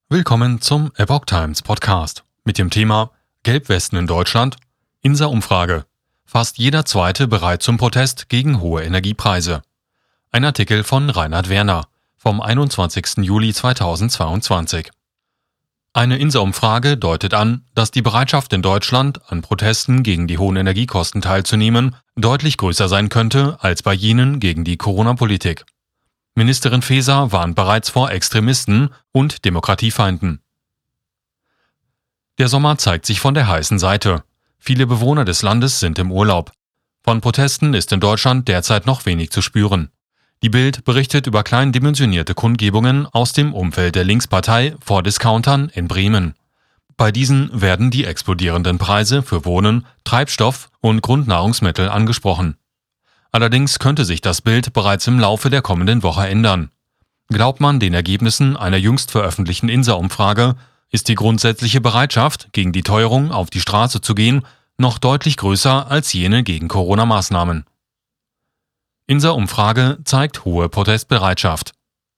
Willkommen zum Epoch Times Podcast mit dem Thema Gelbwesten in Deutschland, INSA-Umfrage. Fast jeder Zweite bereit zum Protest gegen hohe Energiepreise. Ein Artikel von Reinhard Werner vom 21. Juli 2022. Eine INSA-Umfrage deutet an, dass die Bereitschaft in Deutschland, an Protesten gegen die hohen Energiekosten teilzunehmen, deutlich größer sein könnte als bei jenen gegen die Corona-Politik. Ministerin Faeser warnt bereits vor Extremisten und Demokratiefeinden. Der Sommer zeigt sich von der heißen Seite. Viele Bewohner des Landes sind im Urlaub. Von Protesten ist in Deutschland derzeit noch wenig zu spüren. Die Bild berichtet über klein dimensionierte Kundgebungen aus dem Umfeld der Linkspartei vor Discountern in Bremen. Bei diesen werden die explodierenden Preise für Wohnen, Treibstoff und Grundnahrungsmittel angesprochen. Allerdings könnte sich das Bild bereits im Laufe der kommenden Woche ändern. Glaubt man den Ergebnissen einer jüngst veröffentlichten INSA-Umfrage, ist die grundsätzliche Bereitschaft, gegen die Teuerung auf die Straße zu gehen, noch deutlich größer als jene gegen Corona-Maßnahmen. INSA-Umfrage zeigt hohe Protestbereitschaft.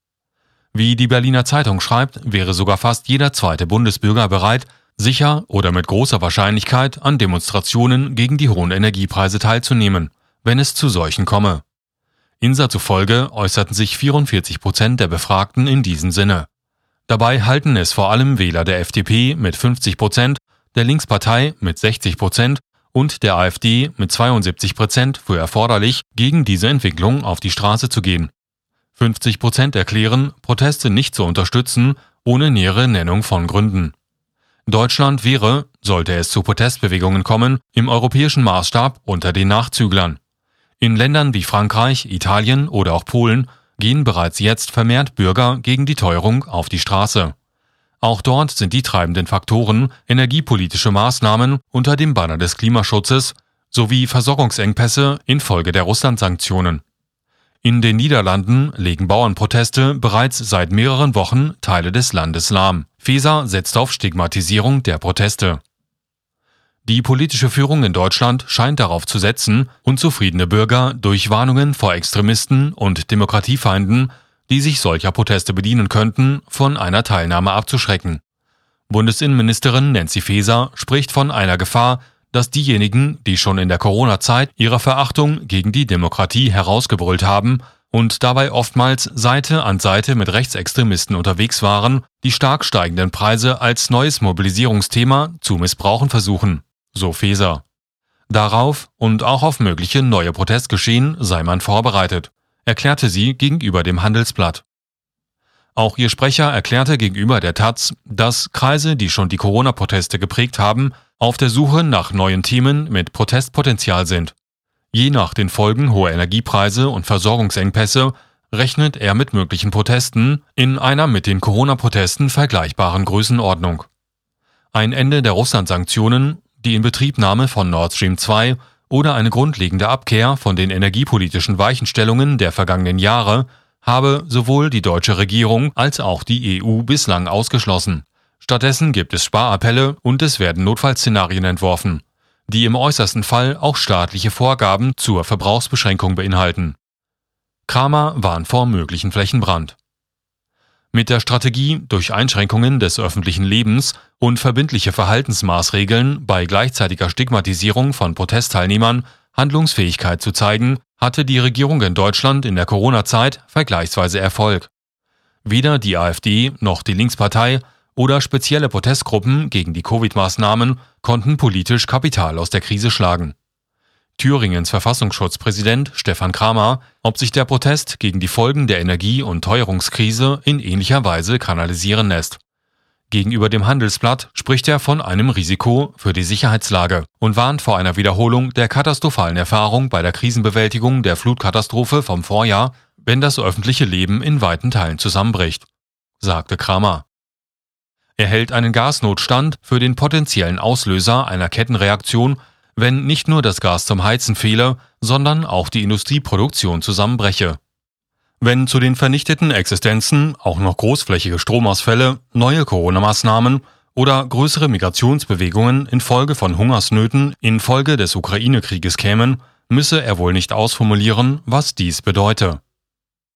Wie die Berliner Zeitung schreibt, wäre sogar fast jeder zweite Bundesbürger bereit, sicher oder mit großer Wahrscheinlichkeit an Demonstrationen gegen die hohen Energiepreise teilzunehmen, wenn es zu solchen komme. INSA zufolge äußerten sich 44% der Befragten in diesem Sinne. Dabei halten es vor allem Wähler der FDP mit 50%, der Linkspartei mit 60% und der AfD mit 72% für erforderlich, gegen diese Entwicklung auf die Straße zu gehen. 50% erklären, Proteste nicht zu unterstützen, ohne nähere Nennung von Gründen. Deutschland wäre, sollte es zu Protestbewegungen kommen, im europäischen Maßstab unter den Nachzüglern. In Ländern wie Frankreich, Italien oder auch Polen gehen bereits jetzt vermehrt Bürger gegen die Teuerung auf die Straße. Auch dort sind die treibenden Faktoren energiepolitische Maßnahmen unter dem Banner des Klimaschutzes sowie Versorgungsengpässe infolge der Russland-Sanktionen. In den Niederlanden legen Bauernproteste bereits seit mehreren Wochen Teile des Landes lahm. Faeser setzt auf Stigmatisierung der Proteste. Die politische Führung in Deutschland scheint darauf zu setzen, unzufriedene Bürger durch Warnungen vor Extremisten und Demokratiefeinden, die sich solcher Proteste bedienen könnten, von einer Teilnahme abzuschrecken. Bundesinnenministerin Nancy Faeser spricht von einer Gefahr, dass diejenigen, die schon in der Corona-Zeit ihre Verachtung gegen die Demokratie herausgebrüllt haben und dabei oftmals Seite an Seite mit Rechtsextremisten unterwegs waren, die stark steigenden Preise als neues Mobilisierungsthema zu missbrauchen versuchen. So Faeser. Darauf und auch auf mögliche neue Protestgeschehen sei man vorbereitet, erklärte sie gegenüber dem Handelsblatt. Auch ihr Sprecher erklärte gegenüber der taz, dass Kreise, die schon die Corona-Proteste geprägt haben, auf der Suche nach neuen Themen mit Protestpotenzial sind. Je nach den Folgen hoher Energiepreise und Versorgungsengpässe rechnet er mit möglichen Protesten in einer mit den Corona-Protesten vergleichbaren Größenordnung. Ein Ende der Russland-Sanktionen, die Inbetriebnahme von Nord Stream 2 oder eine grundlegende Abkehr von den energiepolitischen Weichenstellungen der vergangenen Jahre habe sowohl die deutsche Regierung als auch die EU bislang ausgeschlossen. Stattdessen gibt es Sparappelle und es werden Notfallszenarien entworfen, die im äußersten Fall auch staatliche Vorgaben zur Verbrauchsbeschränkung beinhalten. Kramer warnt vor möglichen Flächenbrand. Mit der Strategie, durch Einschränkungen des öffentlichen Lebens und verbindliche Verhaltensmaßregeln bei gleichzeitiger Stigmatisierung von Protestteilnehmern Handlungsfähigkeit zu zeigen, hatte die Regierung in Deutschland in der Corona-Zeit vergleichsweise Erfolg. Weder die AfD noch die Linkspartei oder spezielle Protestgruppen gegen die Covid-Maßnahmen konnten politisch Kapital aus der Krise schlagen. Thüringens Verfassungsschutzpräsident Stefan Kramer, ob sich der Protest gegen die Folgen der Energie- und Teuerungskrise in ähnlicher Weise kanalisieren lässt. Gegenüber dem Handelsblatt spricht er von einem Risiko für die Sicherheitslage und warnt vor einer Wiederholung der katastrophalen Erfahrung bei der Krisenbewältigung der Flutkatastrophe vom Vorjahr, wenn das öffentliche Leben in weiten Teilen zusammenbricht, sagte Kramer. Er hält einen Gasnotstand für den potenziellen Auslöser einer Kettenreaktion, wenn nicht nur das Gas zum Heizen fehle, sondern auch die Industrieproduktion zusammenbreche. Wenn zu den vernichteten Existenzen auch noch großflächige Stromausfälle, neue Corona-Maßnahmen oder größere Migrationsbewegungen infolge von Hungersnöten infolge des Ukraine-Krieges kämen, müsse er wohl nicht ausformulieren, was dies bedeute.